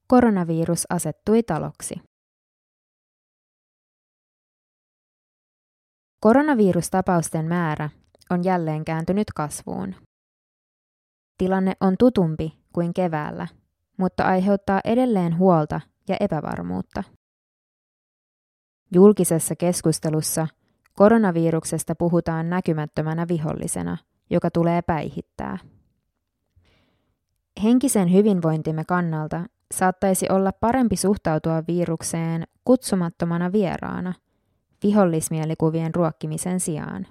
koronavirus asettui taloksi. Koronavirustapausten määrä on jälleen kääntynyt kasvuun. Tilanne on tutumpi kuin keväällä, mutta aiheuttaa edelleen huolta ja epävarmuutta. Julkisessa keskustelussa koronaviruksesta puhutaan näkymättömänä vihollisena, joka tulee päihittää. Henkisen hyvinvointimme kannalta saattaisi olla parempi suhtautua virukseen kutsumattomana vieraana, vihollismielikuvien ruokkimisen sijaan.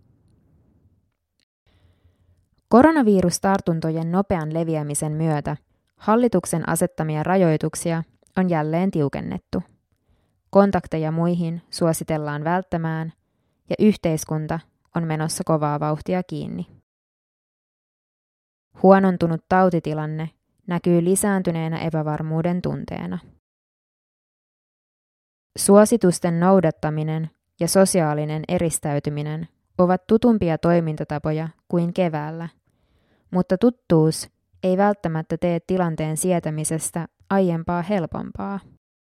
Koronavirustartuntojen nopean leviämisen myötä hallituksen asettamia rajoituksia on jälleen tiukennettu. Kontakteja muihin suositellaan välttämään ja yhteiskunta on menossa kovaa vauhtia kiinni. Huonontunut tautitilanne näkyy lisääntyneenä epävarmuuden tunteena. Suositusten noudattaminen ja sosiaalinen eristäytyminen ovat tutumpia toimintatapoja kuin keväällä, mutta tuttuus ei välttämättä tee tilanteen sietämisestä aiempaa helpompaa.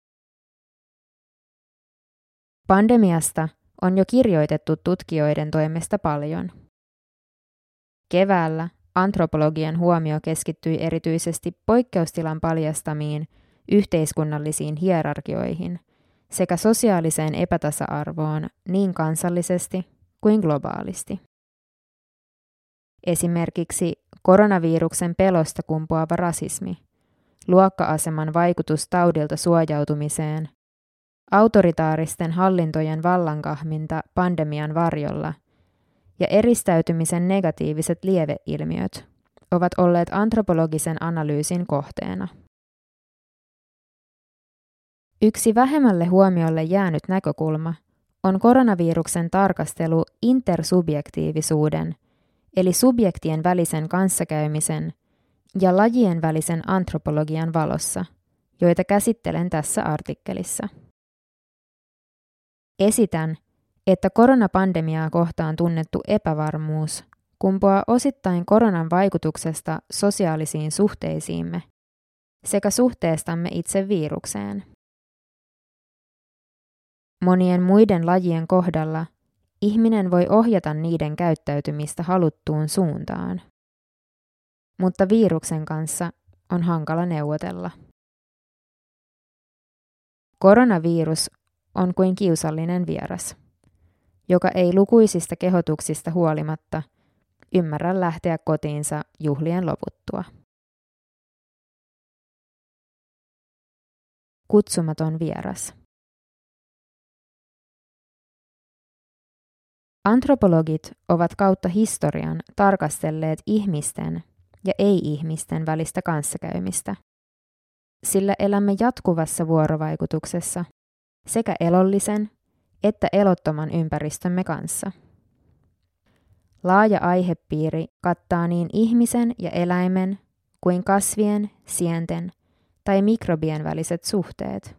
Pandemiasta on jo kirjoitettu tutkijoiden toimesta paljon. Keväällä antropologian huomio keskittyi erityisesti poikkeustilan paljastamiin yhteiskunnallisiin hierarkioihin sekä sosiaaliseen epätasa-arvoon niin kansallisesti kuin globaalisti. Esimerkiksi koronaviruksen pelosta kumpuava rasismi, luokka-aseman vaikutus taudilta suojautumiseen, autoritaaristen hallintojen vallankahminta pandemian varjolla ja eristäytymisen negatiiviset lieveilmiöt ovat olleet antropologisen analyysin kohteena. Yksi vähemmälle huomiolle jäänyt näkökulma on koronaviruksen tarkastelu intersubjektiivisuuden, eli subjektien välisen kanssakäymisen ja lajien välisen antropologian valossa, joita käsittelen tässä artikkelissa. Esitän, että koronapandemiaa kohtaan tunnettu epävarmuus kumpuaa osittain koronan vaikutuksesta sosiaalisiin suhteisiimme sekä suhteestamme itse virukseen. Monien muiden lajien kohdalla ihminen voi ohjata niiden käyttäytymistä haluttuun suuntaan, mutta viruksen kanssa on hankala neuvotella. Koronavirus on kuin kiusallinen vieras, joka ei lukuisista kehotuksista huolimatta ymmärrä lähteä kotiinsa juhlien loputtua. Kutsumaton vieras. Antropologit ovat kautta historian tarkastelleet ihmisten ja ei-ihmisten välistä kanssakäymistä, sillä elämme jatkuvassa vuorovaikutuksessa sekä elollisen että elottoman ympäristömme kanssa. Laaja aihepiiri kattaa niin ihmisen ja eläimen kuin kasvien, sienten tai mikrobien väliset suhteet.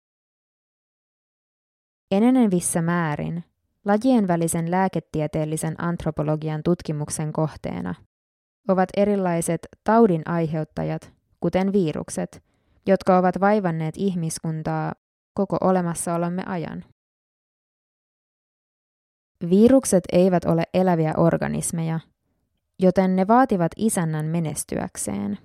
Enenevissä määrin lajien välisen lääketieteellisen antropologian tutkimuksen kohteena ovat erilaiset taudin aiheuttajat, kuten virukset, jotka ovat vaivanneet ihmiskuntaa koko olemassaolomme ajan. Virukset eivät ole eläviä organismeja, joten ne vaativat isännän menestyäkseen.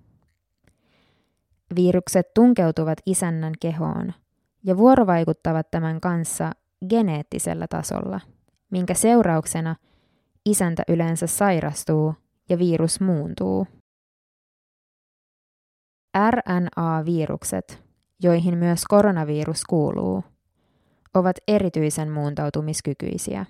Virukset tunkeutuvat isännän kehoon ja vuorovaikuttavat tämän kanssa geneettisellä tasolla, minkä seurauksena isäntä yleensä sairastuu ja virus muuntuu. RNA-virukset, joihin myös koronavirus kuuluu, ovat erityisen muuntautumiskykyisiä.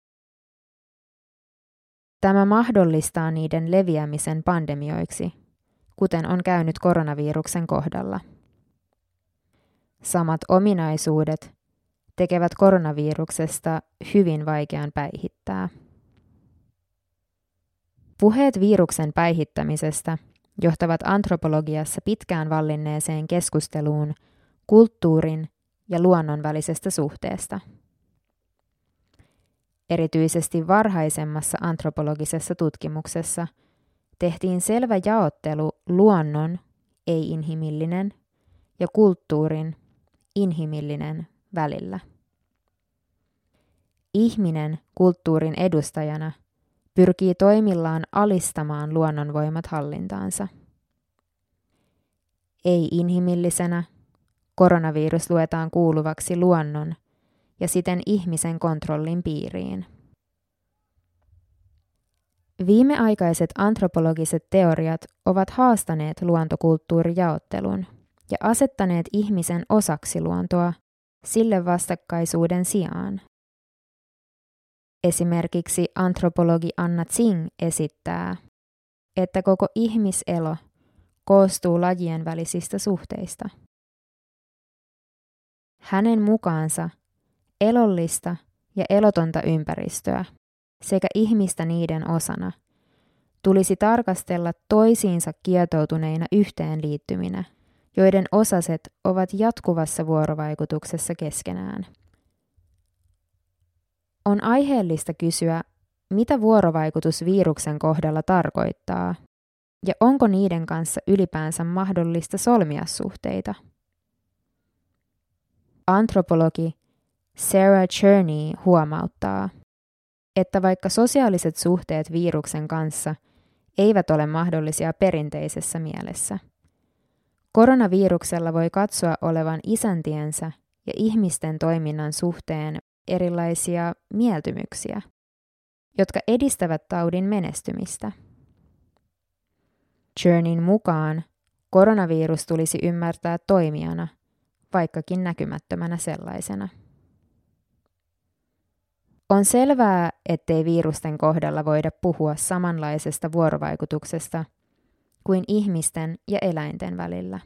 Tämä mahdollistaa niiden leviämisen pandemioiksi, kuten on käynyt koronaviruksen kohdalla. Samat ominaisuudet tekevät koronaviruksesta hyvin vaikean päihittää. Puheet viruksen päihittämisestä johtavat antropologiassa pitkään vallinneeseen keskusteluun kulttuurin ja luonnon välisestä suhteesta. Erityisesti varhaisemmassa antropologisessa tutkimuksessa tehtiin selvä jaottelu luonnon, ei-inhimillinen, ja kulttuurin, inhimillinen, välillä. Ihminen kulttuurin edustajana pyrkii toimillaan alistamaan luonnonvoimat hallintaansa. Ei-inhimillisenä koronavirus luetaan kuuluvaksi luonnon ja siten ihmisen kontrollin piiriin. Viimeaikaiset antropologiset teoriat ovat haastaneet luontokulttuurijaottelun ja asettaneet ihmisen osaksi luontoa sille vastakkaisuuden sijaan. Esimerkiksi antropologi Anna Tsing esittää, että koko ihmiselo koostuu lajien välisistä suhteista. Hänen mukaansa elollista ja elotonta ympäristöä sekä ihmistä niiden osana tulisi tarkastella toisiinsa kietoutuneina yhteenliittyminä, joiden osaset ovat jatkuvassa vuorovaikutuksessa keskenään. On aiheellista kysyä, mitä vuorovaikutus viruksen kohdalla tarkoittaa, ja onko niiden kanssa ylipäänsä mahdollista solmia suhteita. Antropologi Sarah Cherney huomauttaa, että vaikka sosiaaliset suhteet viruksen kanssa eivät ole mahdollisia perinteisessä mielessä, koronaviruksella voi katsoa olevan isäntiensä ja ihmisten toiminnan suhteen erilaisia mieltymyksiä, jotka edistävät taudin menestymistä. Cherneyn mukaan koronavirus tulisi ymmärtää toimijana, vaikkakin näkymättömänä sellaisena. On selvää, ettei virusten kohdalla voida puhua samanlaisesta vuorovaikutuksesta kuin ihmisten ja eläinten välillä.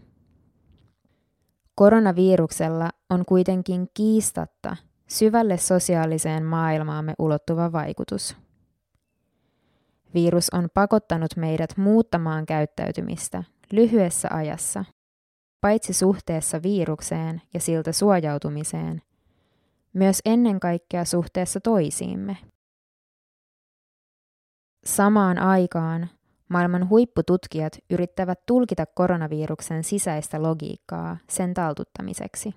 Koronaviruksella on kuitenkin kiistatta syvälle sosiaaliseen maailmaamme ulottuva vaikutus. Virus on pakottanut meidät muuttamaan käyttäytymistä lyhyessä ajassa, paitsi suhteessa virukseen ja siltä suojautumiseen, myös ennen kaikkea suhteessa toisiimme. Samaan aikaan maailman huippututkijat yrittävät tulkita koronaviruksen sisäistä logiikkaa sen taltuttamiseksi.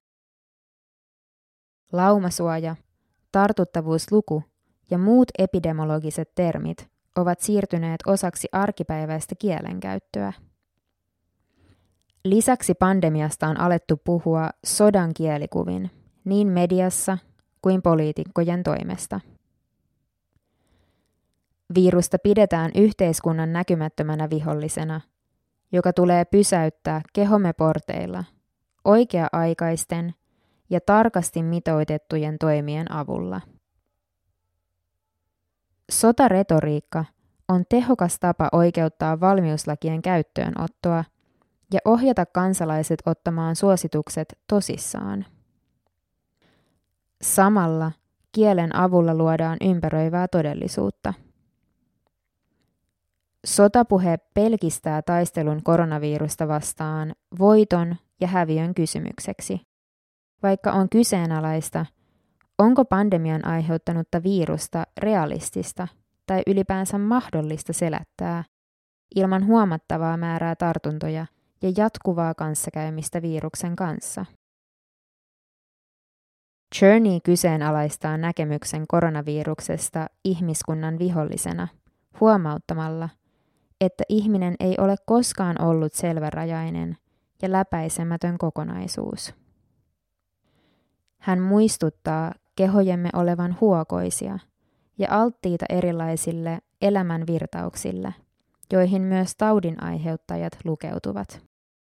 Laumasuoja, tartuttavuusluku ja muut epidemiologiset termit ovat siirtyneet osaksi arkipäiväistä kielenkäyttöä. Lisäksi pandemiasta on alettu puhua sodan kielikuvin niin mediassa kuin poliitikkojen toimesta. Virusta pidetään yhteiskunnan näkymättömänä vihollisena, joka tulee pysäyttää kehomme porteilla oikea-aikaisten ja tarkasti mitoitettujen toimien avulla. Sotaretoriikka on tehokas tapa oikeuttaa valmiuslakien käyttöönottoa ja ohjata kansalaiset ottamaan suositukset tosissaan. Samalla kielen avulla luodaan ympäröivää todellisuutta. Sotapuhe pelkistää taistelun koronavirusta vastaan voiton ja häviön kysymykseksi, vaikka on kyseenalaista, onko pandemian aiheuttanutta virusta realistista tai ylipäänsä mahdollista selättää ilman huomattavaa määrää tartuntoja ja jatkuvaa kanssakäymistä viruksen kanssa. Cherny kyseenalaistaa näkemyksen koronaviruksesta ihmiskunnan vihollisena huomauttamalla, että ihminen ei ole koskaan ollut selvärajainen ja läpäisemätön kokonaisuus. Hän muistuttaa kehojemme olevan huokoisia ja alttiita erilaisille elämän virtauksille, joihin myös taudin aiheuttajat lukeutuvat.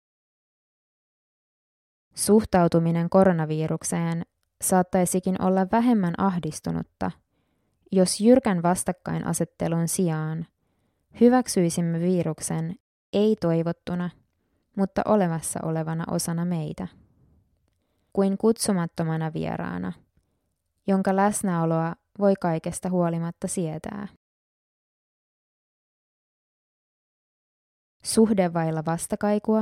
Suhtautuminen koronavirukseen saattaisikin olla vähemmän ahdistunutta, jos jyrkän vastakkainasettelun sijaan hyväksyisimme viruksen ei-toivottuna, mutta olemassa olevana osana meitä, kuin kutsumattomana vieraana, jonka läsnäoloa voi kaikesta huolimatta sietää. Suhde vailla vastakaikua.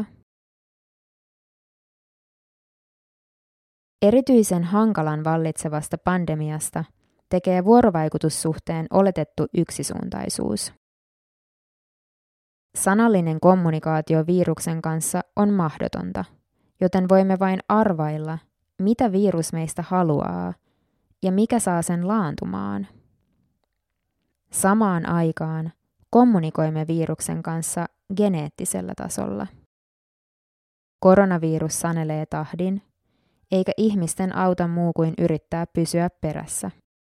Erityisen hankalan vallitsevasta pandemiasta tekee vuorovaikutussuhteen oletettu yksisuuntaisuus. Sanallinen kommunikaatio viruksen kanssa on mahdotonta, joten voimme vain arvailla, mitä virus meistä haluaa ja mikä saa sen laantumaan. Samaan aikaan kommunikoimme viruksen kanssa geneettisellä tasolla. Koronavirus sanelee tahdin, eikä ihmisten auta muu kuin yrittää pysyä perässä.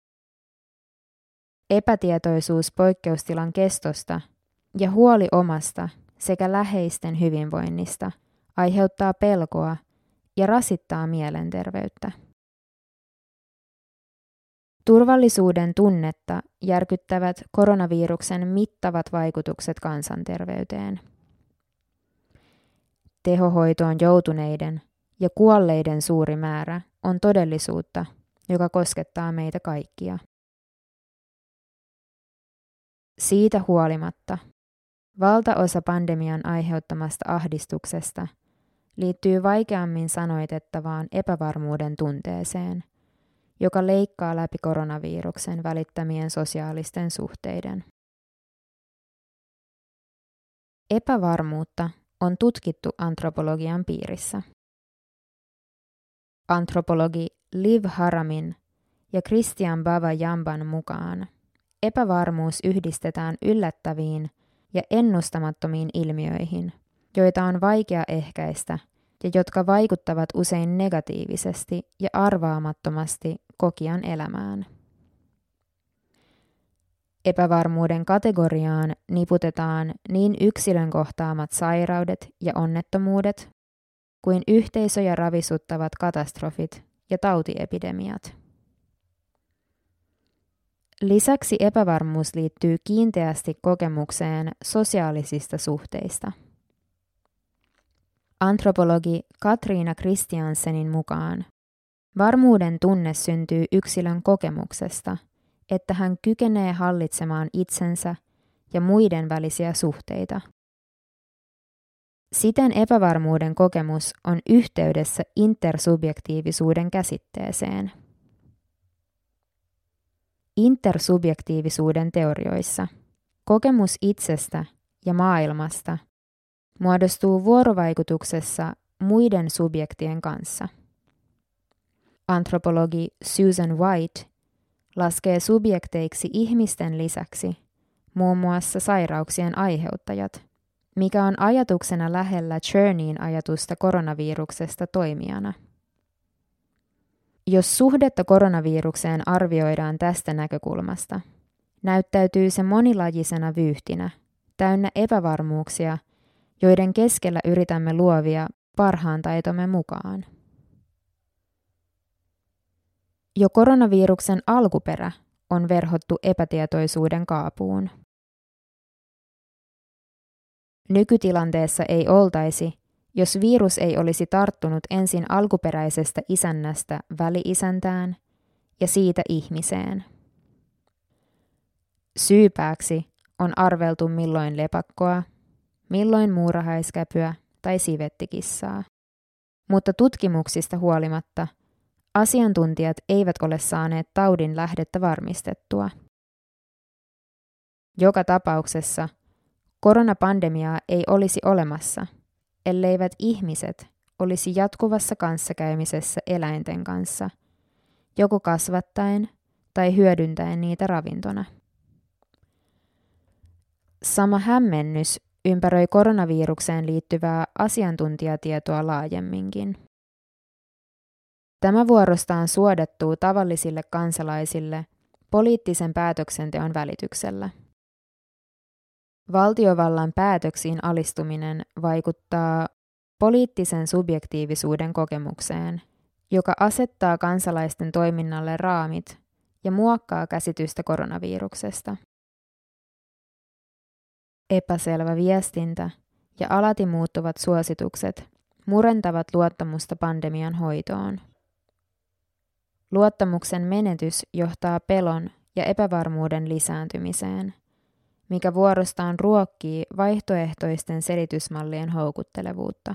Epätietoisuus poikkeustilan kestosta ja huoli omasta sekä läheisten hyvinvoinnista aiheuttaa pelkoa ja rasittaa mielenterveyttä. Turvallisuuden tunnetta järkyttävät koronaviruksen mittavat vaikutukset kansanterveyteen. Tehohoitoon joutuneiden ja kuolleiden suuri määrä on todellisuutta, joka koskettaa meitä kaikkia. Siitä huolimatta, valtaosa pandemian aiheuttamasta ahdistuksesta liittyy vaikeammin sanoitettavaan epävarmuuden tunteeseen, joka leikkaa läpi koronaviruksen välittämien sosiaalisten suhteiden. Epävarmuutta on tutkittu antropologian piirissä. Antropologi Liv Haramin ja Christian Bava-Jamban mukaan epävarmuus yhdistetään yllättäviin ja ennustamattomiin ilmiöihin, joita on vaikea ehkäistä ja jotka vaikuttavat usein negatiivisesti ja arvaamattomasti kokijan elämään. Epävarmuuden kategoriaan niputetaan niin yksilön kohtaamat sairaudet ja onnettomuudet kuin yhteisöjä ravisuttavat katastrofit ja tautiepidemiat. Lisäksi epävarmuus liittyy kiinteästi kokemukseen sosiaalisista suhteista. Antropologi Katriina Christiansenin mukaan varmuuden tunne syntyy yksilön kokemuksesta, että hän kykenee hallitsemaan itsensä ja muiden välisiä suhteita. Siten epävarmuuden kokemus on yhteydessä intersubjektiivisuuden käsitteeseen. Intersubjektiivisuuden teorioissa kokemus itsestä ja maailmasta muodostuu vuorovaikutuksessa muiden subjektien kanssa. Antropologi Susan White laskee subjekteiksi ihmisten lisäksi muun muassa sairauksien aiheuttajat, mikä on ajatuksena lähellä Cherneyn ajatusta koronaviruksesta toimijana. Jos suhdetta koronavirukseen arvioidaan tästä näkökulmasta, näyttäytyy se monilajisena vyyhtinä, täynnä epävarmuuksia, joiden keskellä yritämme luovia parhaan taitomme mukaan. Jo koronaviruksen alkuperä on verhottu epätietoisuuden kaapuun. Nykytilanteessa ei oltaisi, jos virus ei olisi tarttunut ensin alkuperäisestä isännästä väli-isäntään ja siitä ihmiseen. Syypääksi on arveltu milloin lepakkoa, milloin muurahaiskäpyä tai sivettikissaa. Mutta tutkimuksista huolimatta asiantuntijat eivät ole saaneet taudin lähdettä varmistettua. Joka tapauksessa koronapandemiaa ei olisi olemassa, elleivät ihmiset olisi jatkuvassa kanssakäymisessä eläinten kanssa, joko kasvattaen tai hyödyntäen niitä ravintona. Sama hämmennys ympäröi koronavirukseen liittyvää asiantuntijatietoa laajemminkin. Tämä vuorostaan suodattuu tavallisille kansalaisille poliittisen päätöksenteon välityksellä. Valtiovallan päätöksiin alistuminen vaikuttaa poliittisen subjektiivisuuden kokemukseen, joka asettaa kansalaisten toiminnalle raamit ja muokkaa käsitystä koronaviruksesta. Epäselvä viestintä ja alati muuttuvat suositukset murentavat luottamusta pandemian hoitoon. Luottamuksen menetys johtaa pelon ja epävarmuuden lisääntymiseen, mikä vuorostaan ruokkii vaihtoehtoisten selitysmallien houkuttelevuutta.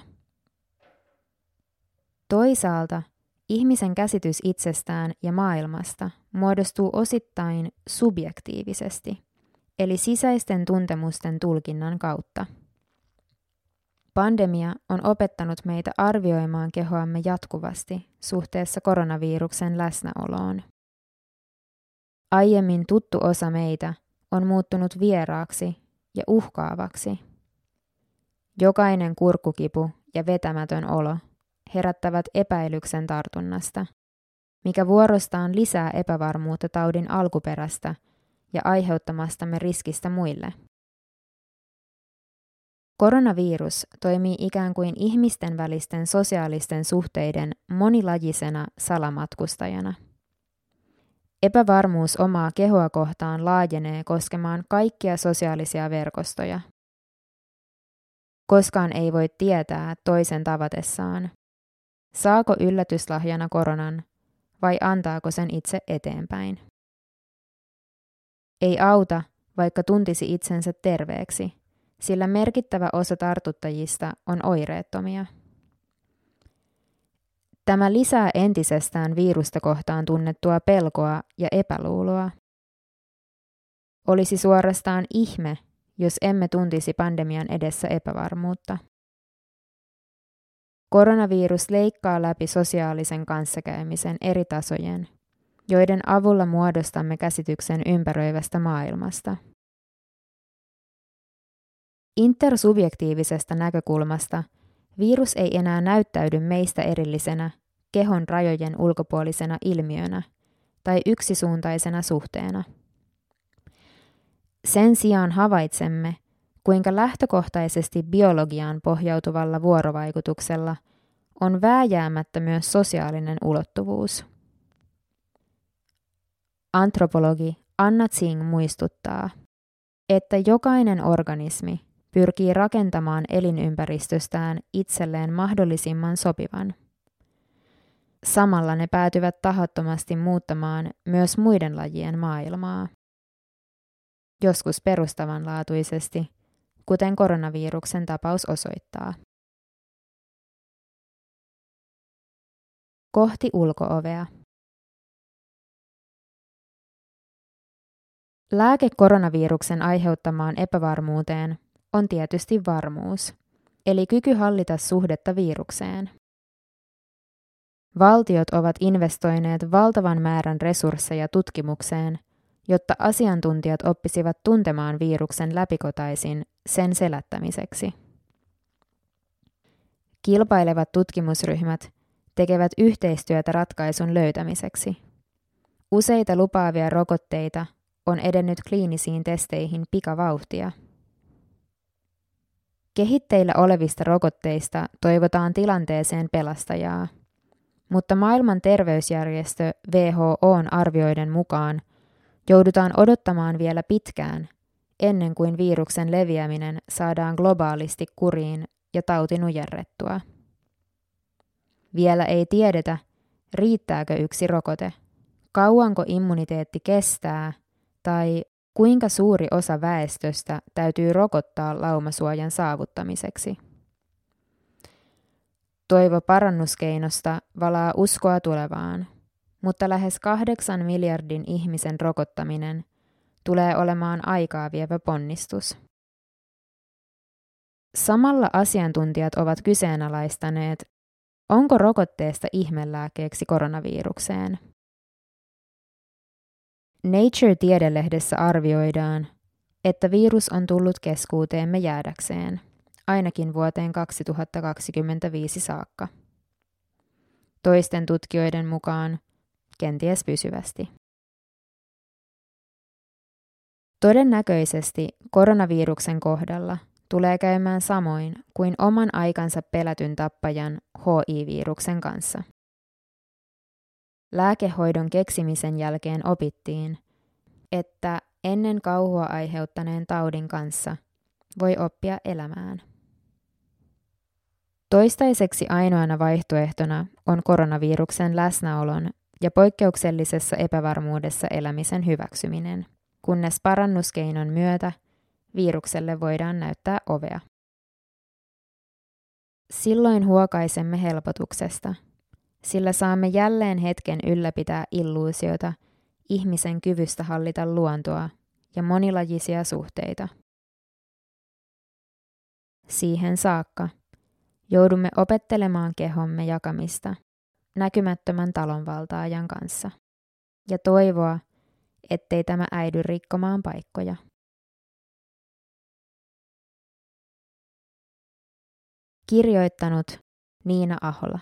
Toisaalta ihmisen käsitys itsestään ja maailmasta muodostuu osittain subjektiivisesti, eli sisäisten tuntemusten tulkinnan kautta. Pandemia on opettanut meitä arvioimaan kehoamme jatkuvasti suhteessa koronaviruksen läsnäoloon. Aiemmin tuttu osa meitä on muuttunut vieraaksi ja uhkaavaksi. Jokainen kurkkukipu ja vetämätön olo herättävät epäilyksen tartunnasta, mikä vuorostaan lisää epävarmuutta taudin alkuperästä ja aiheuttamastamme riskistä muille. Koronavirus toimii ikään kuin ihmisten välisten sosiaalisten suhteiden monilajisena salamatkustajana. Epävarmuus omaa kehoa kohtaan laajenee koskemaan kaikkia sosiaalisia verkostoja. Koskaan ei voi tietää toisen tavatessaan, saako yllätyslahjana koronan vai antaako sen itse eteenpäin. Ei auta, vaikka tuntisi itsensä terveeksi, sillä merkittävä osa tartuttajista on oireettomia. Tämä lisää entisestään virusta kohtaan tunnettua pelkoa ja epäluuloa. Olisi suorastaan ihme, jos emme tuntisi pandemian edessä epävarmuutta. Koronavirus leikkaa läpi sosiaalisen kanssakäymisen eri tasojen, joiden avulla muodostamme käsityksen ympäröivästä maailmasta. Intersubjektiivisesta näkökulmasta virus ei enää näyttäydy meistä erillisenä, kehon rajojen ulkopuolisena ilmiönä tai yksisuuntaisena suhteena. Sen sijaan havaitsemme, kuinka lähtökohtaisesti biologiaan pohjautuvalla vuorovaikutuksella on vääjäämättä myös sosiaalinen ulottuvuus. Antropologi Anna Tsing muistuttaa, että jokainen organismi pyrkii rakentamaan elinympäristöstään itselleen mahdollisimman sopivan. Samalla ne päätyvät tahattomasti muuttamaan myös muiden lajien maailmaa. Joskus perustavanlaatuisesti, kuten koronaviruksen tapaus osoittaa. Kohti ulko-ovea. Lääke koronaviruksen aiheuttamaan epävarmuuteen on tietysti varmuus, eli kyky hallita suhdetta virukseen. Valtiot ovat investoineet valtavan määrän resursseja tutkimukseen, jotta asiantuntijat oppisivat tuntemaan viruksen läpikotaisin sen selättämiseksi. Kilpailevat tutkimusryhmät tekevät yhteistyötä ratkaisun löytämiseksi. Useita lupaavia rokotteita on edennyt kliinisiin testeihin pikavauhtia. Kehitteillä olevista rokotteista toivotaan tilanteeseen pelastajaa, mutta maailman terveysjärjestö WHO:n arvioiden mukaan joudutaan odottamaan vielä pitkään, ennen kuin viruksen leviäminen saadaan globaalisti kuriin ja tauti nujerrettua. Vielä ei tiedetä, riittääkö yksi rokote, kauanko immuniteetti kestää tai kuinka suuri osa väestöstä täytyy rokottaa laumasuojan saavuttamiseksi. Toivo parannuskeinosta valaa uskoa tulevaan, mutta lähes 8 miljardin ihmisen rokottaminen tulee olemaan aikaa vievä ponnistus. Samalla asiantuntijat ovat kyseenalaistaneet, onko rokotteesta ihmelääkkeeksi koronavirukseen. Nature-tiedelehdessä arvioidaan, että virus on tullut keskuuteemme jäädäkseen, ainakin vuoteen 2025 saakka. Toisten tutkijoiden mukaan kenties pysyvästi. Todennäköisesti koronaviruksen kohdalla tulee käymään samoin kuin oman aikansa pelätyn tappajan HIV-viruksen kanssa. Lääkehoidon keksimisen jälkeen opittiin, että ennen kauhua aiheuttaneen taudin kanssa voi oppia elämään. Toistaiseksi ainoana vaihtoehtona on koronaviruksen läsnäolon ja poikkeuksellisessa epävarmuudessa elämisen hyväksyminen, kunnes parannuskeinon myötä virukselle voidaan näyttää ovea. Silloin huokaisemme helpotuksesta, sillä saamme jälleen hetken ylläpitää illuusiota ihmisen kyvystä hallita luontoa ja monilajisia suhteita. Siihen saakka Joudumme opettelemaan kehomme jakamista näkymättömän talonvaltaajan kanssa ja toivoa, ettei tämä äidy rikkomaan paikkoja. Kirjoittanut Niina Ahola.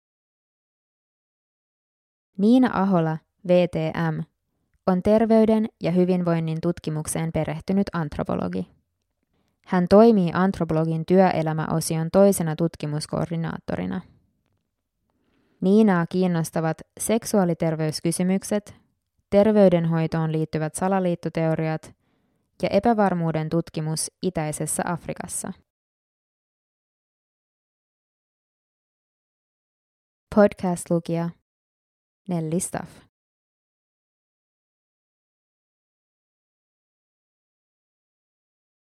Niina Ahola, VTM, on terveyden ja hyvinvoinnin tutkimukseen perehtynyt antropologi. Hän toimii antropologin työelämäosion toisena tutkimuskoordinaattorina. Niinaa kiinnostavat seksuaaliterveyskysymykset, terveydenhoitoon liittyvät salaliittoteoriat ja epävarmuuden tutkimus itäisessä Afrikassa. Podcast-lukija Nelli Staff.